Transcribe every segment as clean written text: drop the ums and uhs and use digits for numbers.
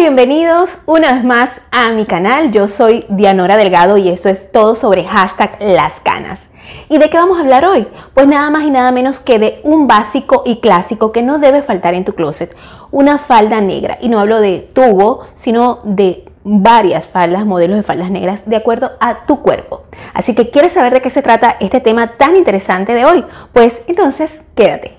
bienvenidos una vez más a mi canal. Yo soy Dianora Delgado y esto es todo sobre #LasCanas. ¿Y de qué vamos a hablar hoy? Pues nada más y nada menos que de un básico y clásico que no debe faltar en tu closet, una falda negra. Y no hablo de tubo, sino de varias faldas, modelos de faldas negras de acuerdo a tu cuerpo. Así que, ¿quieres saber de qué se trata este tema tan interesante de hoy? Pues entonces, quédate.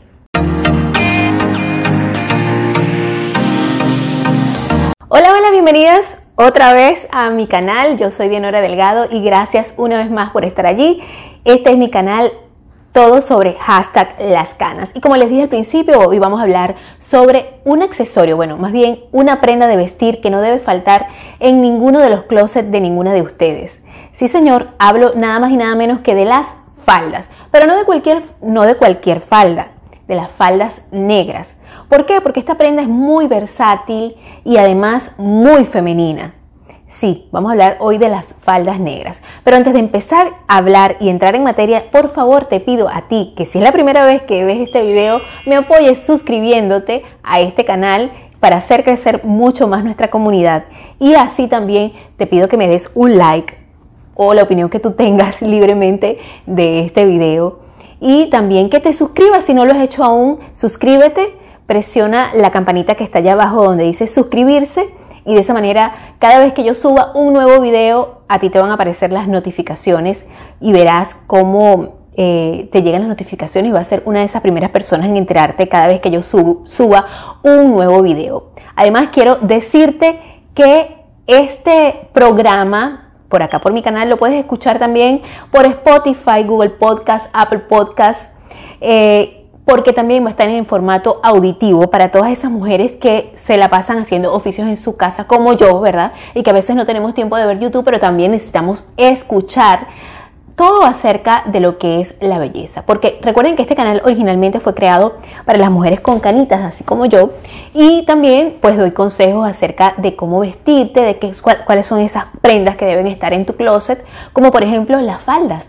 Hola, bienvenidas otra vez a mi canal. Yo soy Dianora Delgado y gracias una vez más por estar allí. Este es mi canal, todo sobre #LasCanas. Y como les dije al principio, hoy vamos a hablar sobre un accesorio, bueno, más bien una prenda de vestir que no debe faltar en ninguno de los closets de ninguna de ustedes. Sí, señor, hablo nada más y nada menos que de las faldas, pero no de cualquier falda, de las faldas negras. ¿Por qué? Porque esta prenda es muy versátil y además muy femenina. Sí, vamos a hablar hoy de las faldas negras. Pero antes de empezar a hablar y entrar en materia, por favor te pido a ti que si es la primera vez que ves este video, me apoyes suscribiéndote a este canal para hacer crecer mucho más nuestra comunidad. Y así también te pido que me des un like o la opinión que tú tengas libremente de este video. Y también que te suscribas si no lo has hecho aún, suscríbete. Presiona la campanita que está allá abajo donde dice suscribirse y de esa manera cada vez que yo suba un nuevo video a ti te van a aparecer las notificaciones y verás cómo te llegan las notificaciones y vas a ser una de esas primeras personas en enterarte cada vez que yo suba un nuevo video. Además quiero decirte que este programa por acá por mi canal lo puedes escuchar también por Spotify, Google Podcast, Apple Podcast, porque también va a estar en formato auditivo para todas esas mujeres que se la pasan haciendo oficios en su casa como yo, ¿verdad? Y que a veces no tenemos tiempo de ver YouTube, pero también necesitamos escuchar todo acerca de lo que es la belleza. Porque recuerden que este canal originalmente fue creado para las mujeres con canitas, así como yo. Y también pues doy consejos acerca de cómo vestirte, de cuáles son esas prendas que deben estar en tu closet, como por ejemplo las faldas.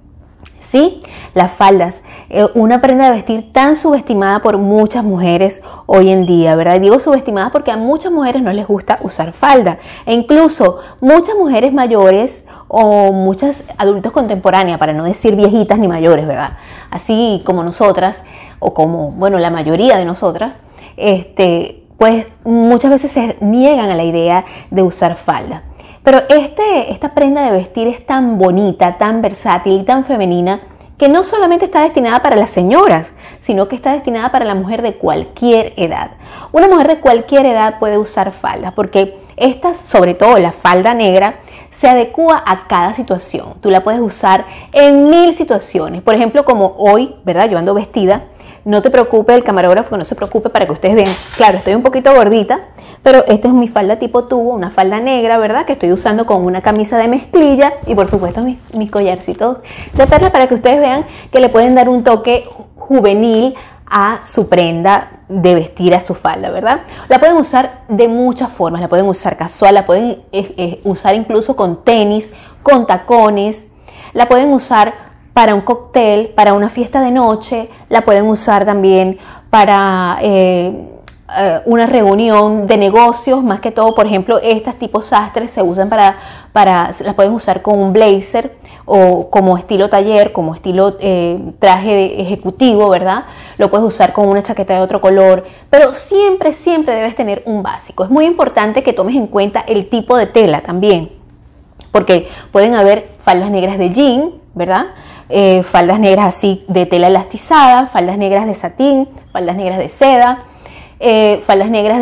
Sí, las faldas. Una prenda de vestir tan subestimada por muchas mujeres hoy en día, ¿verdad? Digo subestimada porque a muchas mujeres no les gusta usar falda. E incluso muchas mujeres mayores o muchas adultos contemporáneas, para no decir viejitas ni mayores, ¿verdad? Así como nosotras, o como, bueno, la mayoría de nosotras, pues muchas veces se niegan a la idea de usar falda. Pero esta prenda de vestir es tan bonita, tan versátil y tan femenina que no solamente está destinada para las señoras, sino que está destinada para la mujer de cualquier edad. Una mujer de cualquier edad puede usar faldas porque esta, sobre todo la falda negra, se adecua a cada situación. Tú la puedes usar en 1000 situaciones. Por ejemplo, como hoy, ¿verdad? Yo ando vestida. No te preocupes, el camarógrafo, que no se preocupe para que ustedes vean. Claro, estoy un poquito gordita, pero esta es mi falda tipo tubo, una falda negra, ¿verdad? Que estoy usando con una camisa de mezclilla y por supuesto mis collarcitos de perla para que ustedes vean que le pueden dar un toque juvenil a su prenda de vestir, a su falda, ¿verdad? La pueden usar de muchas formas, la pueden usar casual, la pueden usar incluso con tenis, con tacones, la pueden usar para un cóctel, para una fiesta de noche, la pueden usar también para una reunión de negocios, más que todo, por ejemplo, estas tipos sastres se usan las pueden usar con un blazer o como estilo taller, como estilo traje ejecutivo, ¿verdad? Lo puedes usar con una chaqueta de otro color, pero siempre debes tener un básico. Es muy importante que tomes en cuenta el tipo de tela también, porque pueden haber faldas negras de jean, ¿verdad? Faldas negras así de tela elastizada, faldas negras de satín, faldas negras de seda, faldas negras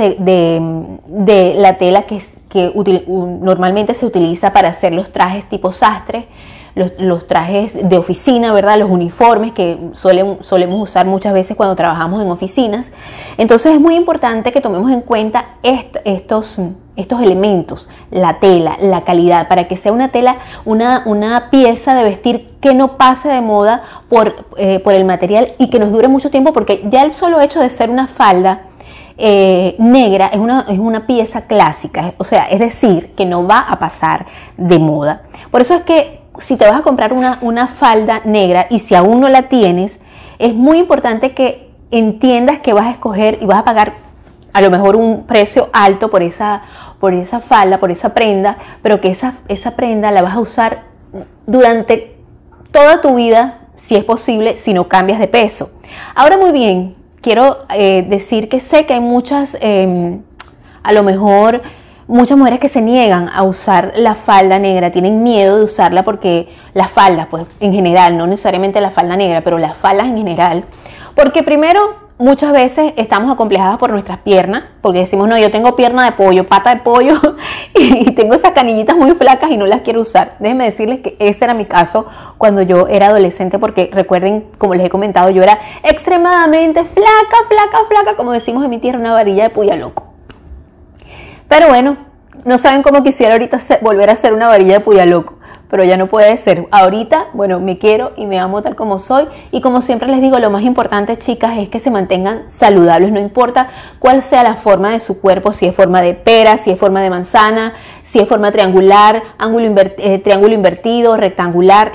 de la tela que normalmente se utiliza para hacer los trajes tipo sastre, los trajes de oficina, ¿verdad? Los uniformes que solemos usar muchas veces cuando trabajamos en oficinas. Entonces es muy importante que tomemos en cuenta estos elementos, la tela, la calidad, para que sea una tela, una pieza de vestir que no pase de moda por el material y que nos dure mucho tiempo, porque ya el solo hecho de ser una falda negra es una pieza clásica, o sea, es decir, que no va a pasar de moda. Por eso es que si te vas a comprar una falda negra y si aún no la tienes, es muy importante que entiendas que vas a escoger y vas a pagar a lo mejor un precio alto por esa falda, por esa prenda, pero que esa prenda la vas a usar durante toda tu vida, si es posible, si no cambias de peso. Ahora, muy bien, quiero decir que sé que hay muchas, a lo mejor, muchas mujeres que se niegan a usar la falda negra, tienen miedo de usarla porque las faldas, pues en general, no necesariamente la falda negra, pero las faldas en general, porque primero, muchas veces estamos acomplejadas por nuestras piernas, porque decimos, no, yo tengo pierna de pollo, pata de pollo, y tengo esas canillitas muy flacas y no las quiero usar. Déjenme decirles que ese era mi caso cuando yo era adolescente, porque recuerden, como les he comentado, yo era extremadamente flaca, como decimos en mi tierra, una varilla de puya loco. Pero bueno, no saben cómo quisiera ahorita volver a ser una varilla de puya loco, pero ya no puede ser. Ahorita, bueno, me quiero y me amo tal como soy, y como siempre les digo, lo más importante, chicas, es que se mantengan saludables, no importa cuál sea la forma de su cuerpo, si es forma de pera, si es forma de manzana, si es forma triangular, triángulo invertido, rectangular,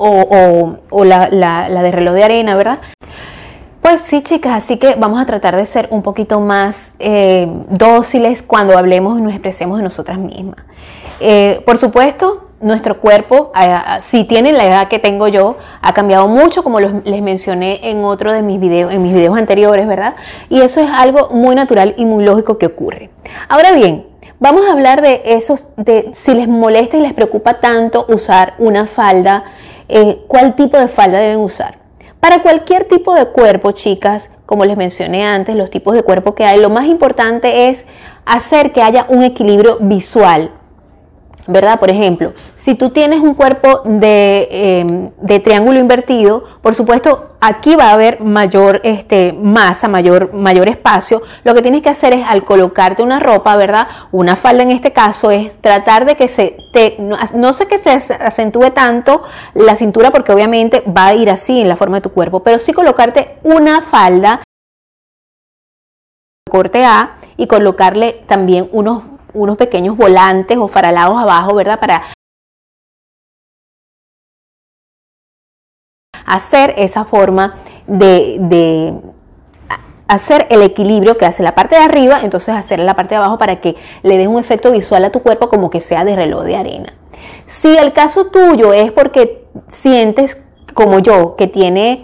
o la de reloj de arena, ¿verdad? Pues sí, chicas, así que vamos a tratar de ser un poquito más dóciles cuando hablemos y nos expresemos de nosotras mismas. Por supuesto, nuestro cuerpo, si tienen la edad que tengo yo, ha cambiado mucho, como les mencioné en otro de mis videos, en mis videos anteriores, ¿verdad? Y eso es algo muy natural y muy lógico que ocurre. Ahora bien, vamos a hablar de si les molesta y les preocupa tanto usar una falda, ¿cuál tipo de falda deben usar? Para cualquier tipo de cuerpo, chicas, como les mencioné antes, los tipos de cuerpo que hay, lo más importante es hacer que haya un equilibrio visual, ¿verdad? Por ejemplo, si tú tienes un cuerpo de triángulo invertido, por supuesto, aquí va a haber mayor masa, mayor espacio. Lo que tienes que hacer es, al colocarte una ropa, ¿verdad? Una falda en este caso, es tratar de que no sé que se acentúe tanto la cintura, porque obviamente va a ir así en la forma de tu cuerpo, pero sí colocarte una falda corte A y colocarle también unos pequeños volantes o faralados abajo, ¿verdad? Para hacer esa forma de hacer el equilibrio que hace la parte de arriba, entonces hacer la parte de abajo para que le des un efecto visual a tu cuerpo como que sea de reloj de arena. Si el caso tuyo es porque sientes, como yo, que tiene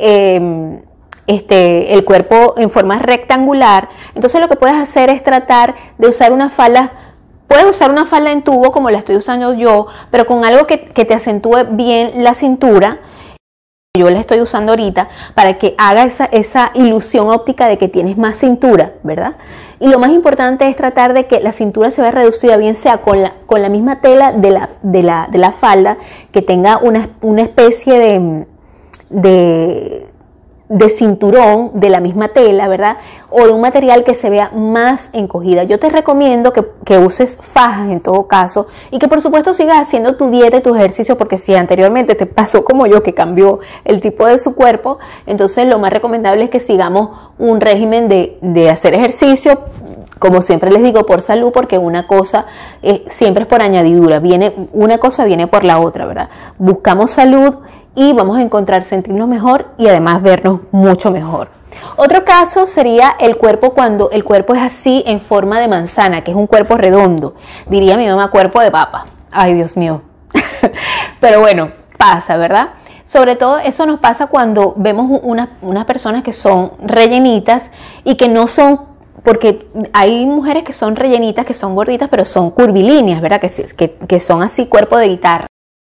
el cuerpo en forma rectangular, entonces lo que puedes hacer es tratar de usar una falda. Puedes usar una falda en tubo como la estoy usando yo, pero con algo que te acentúe bien la cintura. Yo la estoy usando ahorita para que haga esa ilusión óptica de que tienes más cintura, ¿verdad? Y lo más importante es tratar de que la cintura se vea reducida, bien sea con la misma tela de la falda, que tenga una especie de cinturón de la misma tela, ¿verdad? O de un material que se vea más encogida. Yo te recomiendo que uses fajas en todo caso, y que por supuesto sigas haciendo tu dieta y tus ejercicios, porque si anteriormente te pasó como yo, que cambió el tipo de su cuerpo, entonces lo más recomendable es que sigamos un régimen de hacer ejercicio, como siempre les digo, por salud, porque una cosa siempre es por añadidura, una cosa viene por la otra, ¿verdad? Buscamos salud y vamos a sentirnos mejor y además vernos mucho mejor. Otro caso sería el cuerpo, cuando el cuerpo es así en forma de manzana, que es un cuerpo redondo. Diría mi mamá, cuerpo de papa. Ay, Dios mío. Pero bueno, pasa, ¿verdad? Sobre todo eso nos pasa cuando vemos unas personas que son rellenitas y que no son, porque hay mujeres que son rellenitas, que son gorditas, pero son curvilíneas, ¿verdad? Que son así, cuerpo de guitarra.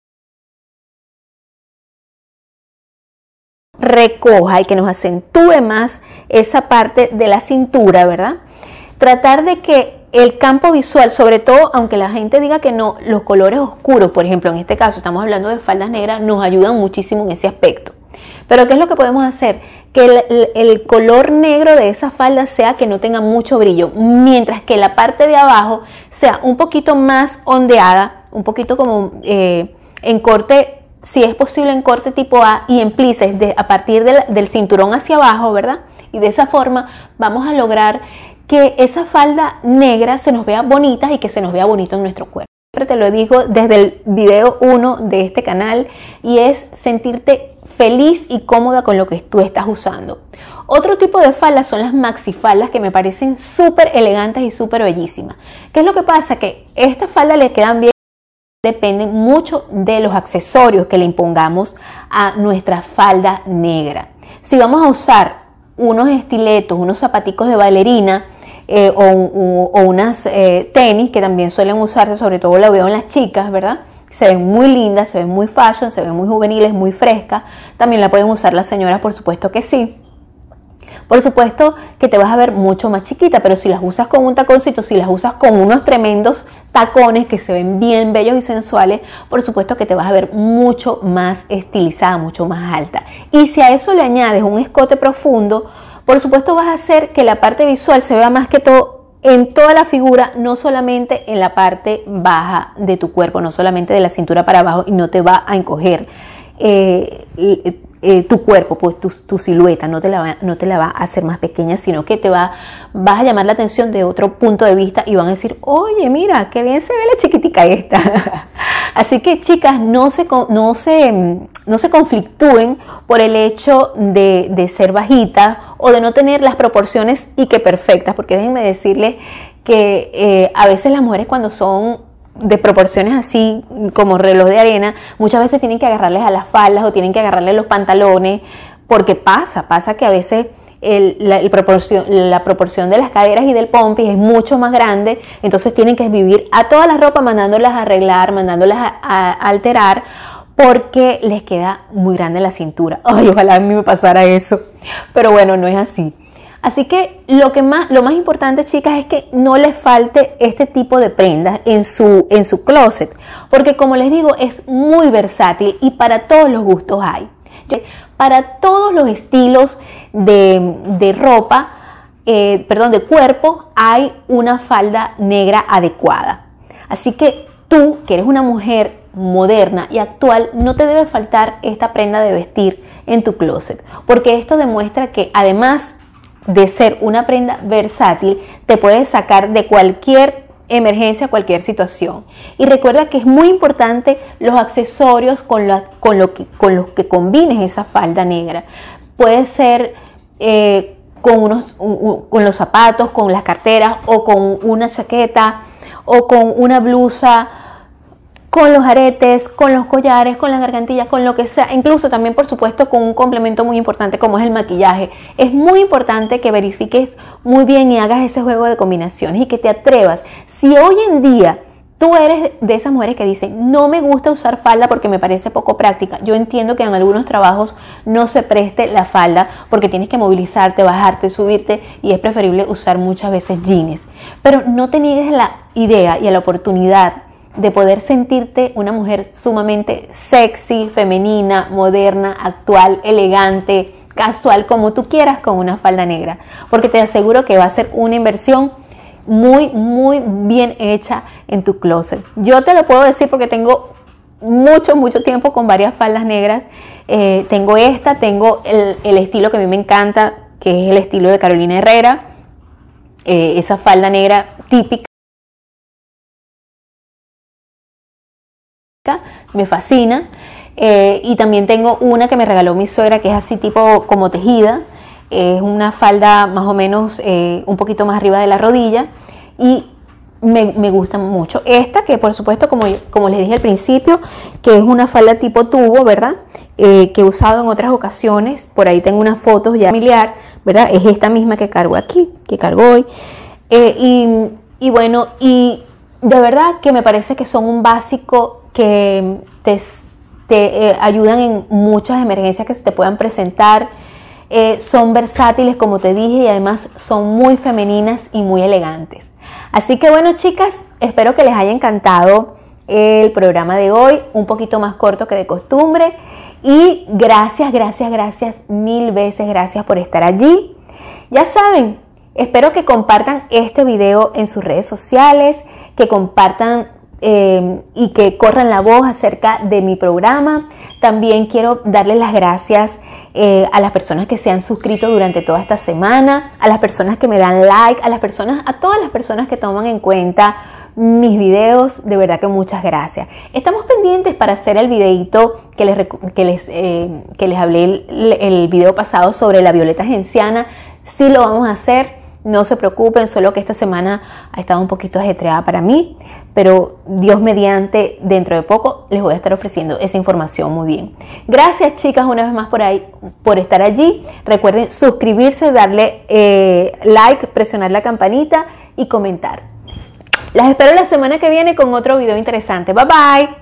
Recoja y que nos acentúe más esa parte de la cintura, ¿verdad? Tratar de que el campo visual, sobre todo, aunque la gente diga que no, los colores oscuros, por ejemplo, en este caso estamos hablando de faldas negras, nos ayudan muchísimo en ese aspecto. Pero ¿qué es lo que podemos hacer? Que el color negro de esa falda sea que no tenga mucho brillo, mientras que la parte de abajo sea un poquito más ondeada, un poquito como en corte, si es posible en corte tipo A, y en plices a partir del cinturón hacia abajo, ¿verdad? Y de esa forma vamos a lograr que esa falda negra se nos vea bonita y que se nos vea bonito en nuestro cuerpo. Siempre te lo digo desde el video 1 de este canal, y es sentirte feliz y cómoda con lo que tú estás usando. Otro tipo de faldas son las maxifaldas, que me parecen súper elegantes y súper bellísimas. ¿Qué es lo que pasa? Que estas faldas le quedan bien, dependen mucho de los accesorios que le impongamos a nuestra falda negra. Si vamos a usar unos estiletos, unos zapaticos de bailarina o unas tenis, que también suelen usarse, sobre todo lo veo en las chicas, ¿verdad? Se ven muy lindas, se ven muy fashion, se ven muy juveniles, muy frescas. También la pueden usar las señoras, por supuesto que sí. Por supuesto que te vas a ver mucho más chiquita, pero si las usas con un taconcito, si las usas con unos tremendos tacones que se ven bien bellos y sensuales, por supuesto que te vas a ver mucho más estilizada, mucho más alta. Y si a eso le añades un escote profundo, por supuesto vas a hacer que la parte visual se vea más que todo en toda la figura, no solamente en la parte baja de tu cuerpo, no solamente de la cintura para abajo, y no te va a encoger tu cuerpo, pues tu silueta no te la va a hacer más pequeña, sino que vas a llamar la atención de otro punto de vista y van a decir, oye, mira, qué bien se ve la chiquitica esta. Así que, chicas, no se conflictúen por el hecho de ser bajitas o de no tener las proporciones y que perfectas, porque déjenme decirles que a veces las mujeres, cuando son de proporciones así como reloj de arena, muchas veces tienen que agarrarles a las faldas o tienen que agarrarles los pantalones, porque pasa que a veces la proporción de las caderas y del pompis es mucho más grande, entonces tienen que vivir a toda la ropa mandándolas a arreglar, mandándolas a alterar, porque les queda muy grande la cintura. Ay, ojalá a mí me pasara eso, pero bueno, no es así. Así que lo más importante, chicas, es que no les falte este tipo de prendas en su closet, porque como les digo, es muy versátil y para todos los gustos hay. Para todos los estilos de ropa, de cuerpo, hay una falda negra adecuada. Así que tú, que eres una mujer moderna y actual, no te debe faltar esta prenda de vestir en tu closet, porque esto demuestra que, además de ser una prenda versátil, te puedes sacar de cualquier emergencia, cualquier situación. Y recuerda que es muy importante los accesorios con los que combines esa falda negra. Puede ser con los zapatos, con las carteras, o con una chaqueta, o con una blusa, con los aretes, con los collares, con las gargantillas, con lo que sea, incluso también, por supuesto, con un complemento muy importante como es el maquillaje. Es muy importante que verifiques muy bien y hagas ese juego de combinaciones y que te atrevas. Si hoy en día tú eres de esas mujeres que dicen, no me gusta usar falda porque me parece poco práctica, yo entiendo que en algunos trabajos no se preste la falda porque tienes que movilizarte, bajarte, subirte, y es preferible usar muchas veces jeans. Pero no te niegues a la idea y a la oportunidad de poder sentirte una mujer sumamente sexy, femenina, moderna, actual, elegante, casual, como tú quieras, con una falda negra, porque te aseguro que va a ser una inversión muy, muy bien hecha en tu closet. Yo te lo puedo decir porque tengo mucho tiempo con varias faldas negras. Tengo el estilo que a mí me encanta, que es el estilo de Carolina Herrera, esa falda negra típica. Me fascina, y también tengo una que me regaló mi suegra, que es así tipo como tejida, es una falda más o menos un poquito más arriba de la rodilla, y me gusta mucho esta, que por supuesto, como les dije al principio, que es una falda tipo tubo, ¿verdad? Que he usado en otras ocasiones. Por ahí tengo unas fotos ya familiar, ¿verdad? Es esta misma que cargo aquí, que cargo hoy, y bueno, y de verdad que me parece que son un básico que te ayudan en muchas emergencias que se te puedan presentar. Son versátiles, como te dije, y además son muy femeninas y muy elegantes. Así que bueno, chicas, espero que les haya encantado el programa de hoy, un poquito más corto que de costumbre, y gracias, mil veces gracias por estar allí. Ya saben, espero que compartan este video en sus redes sociales, que compartan y que corran la voz acerca de mi programa. También quiero darles las gracias a las personas que se han suscrito durante toda esta semana, a las personas que me dan like, a todas las personas que toman en cuenta mis videos, de verdad que muchas gracias. Estamos pendientes para hacer el videito que les hablé el video pasado sobre la violeta genciana. Sí lo vamos a hacer, no se preocupen, solo que esta semana ha estado un poquito ajetreada para mí, pero Dios mediante, dentro de poco les voy a estar ofreciendo esa información muy bien. Gracias, chicas, una vez más por estar allí. Recuerden suscribirse, darle like, presionar la campanita y comentar. Las espero la semana que viene con otro video interesante. Bye bye.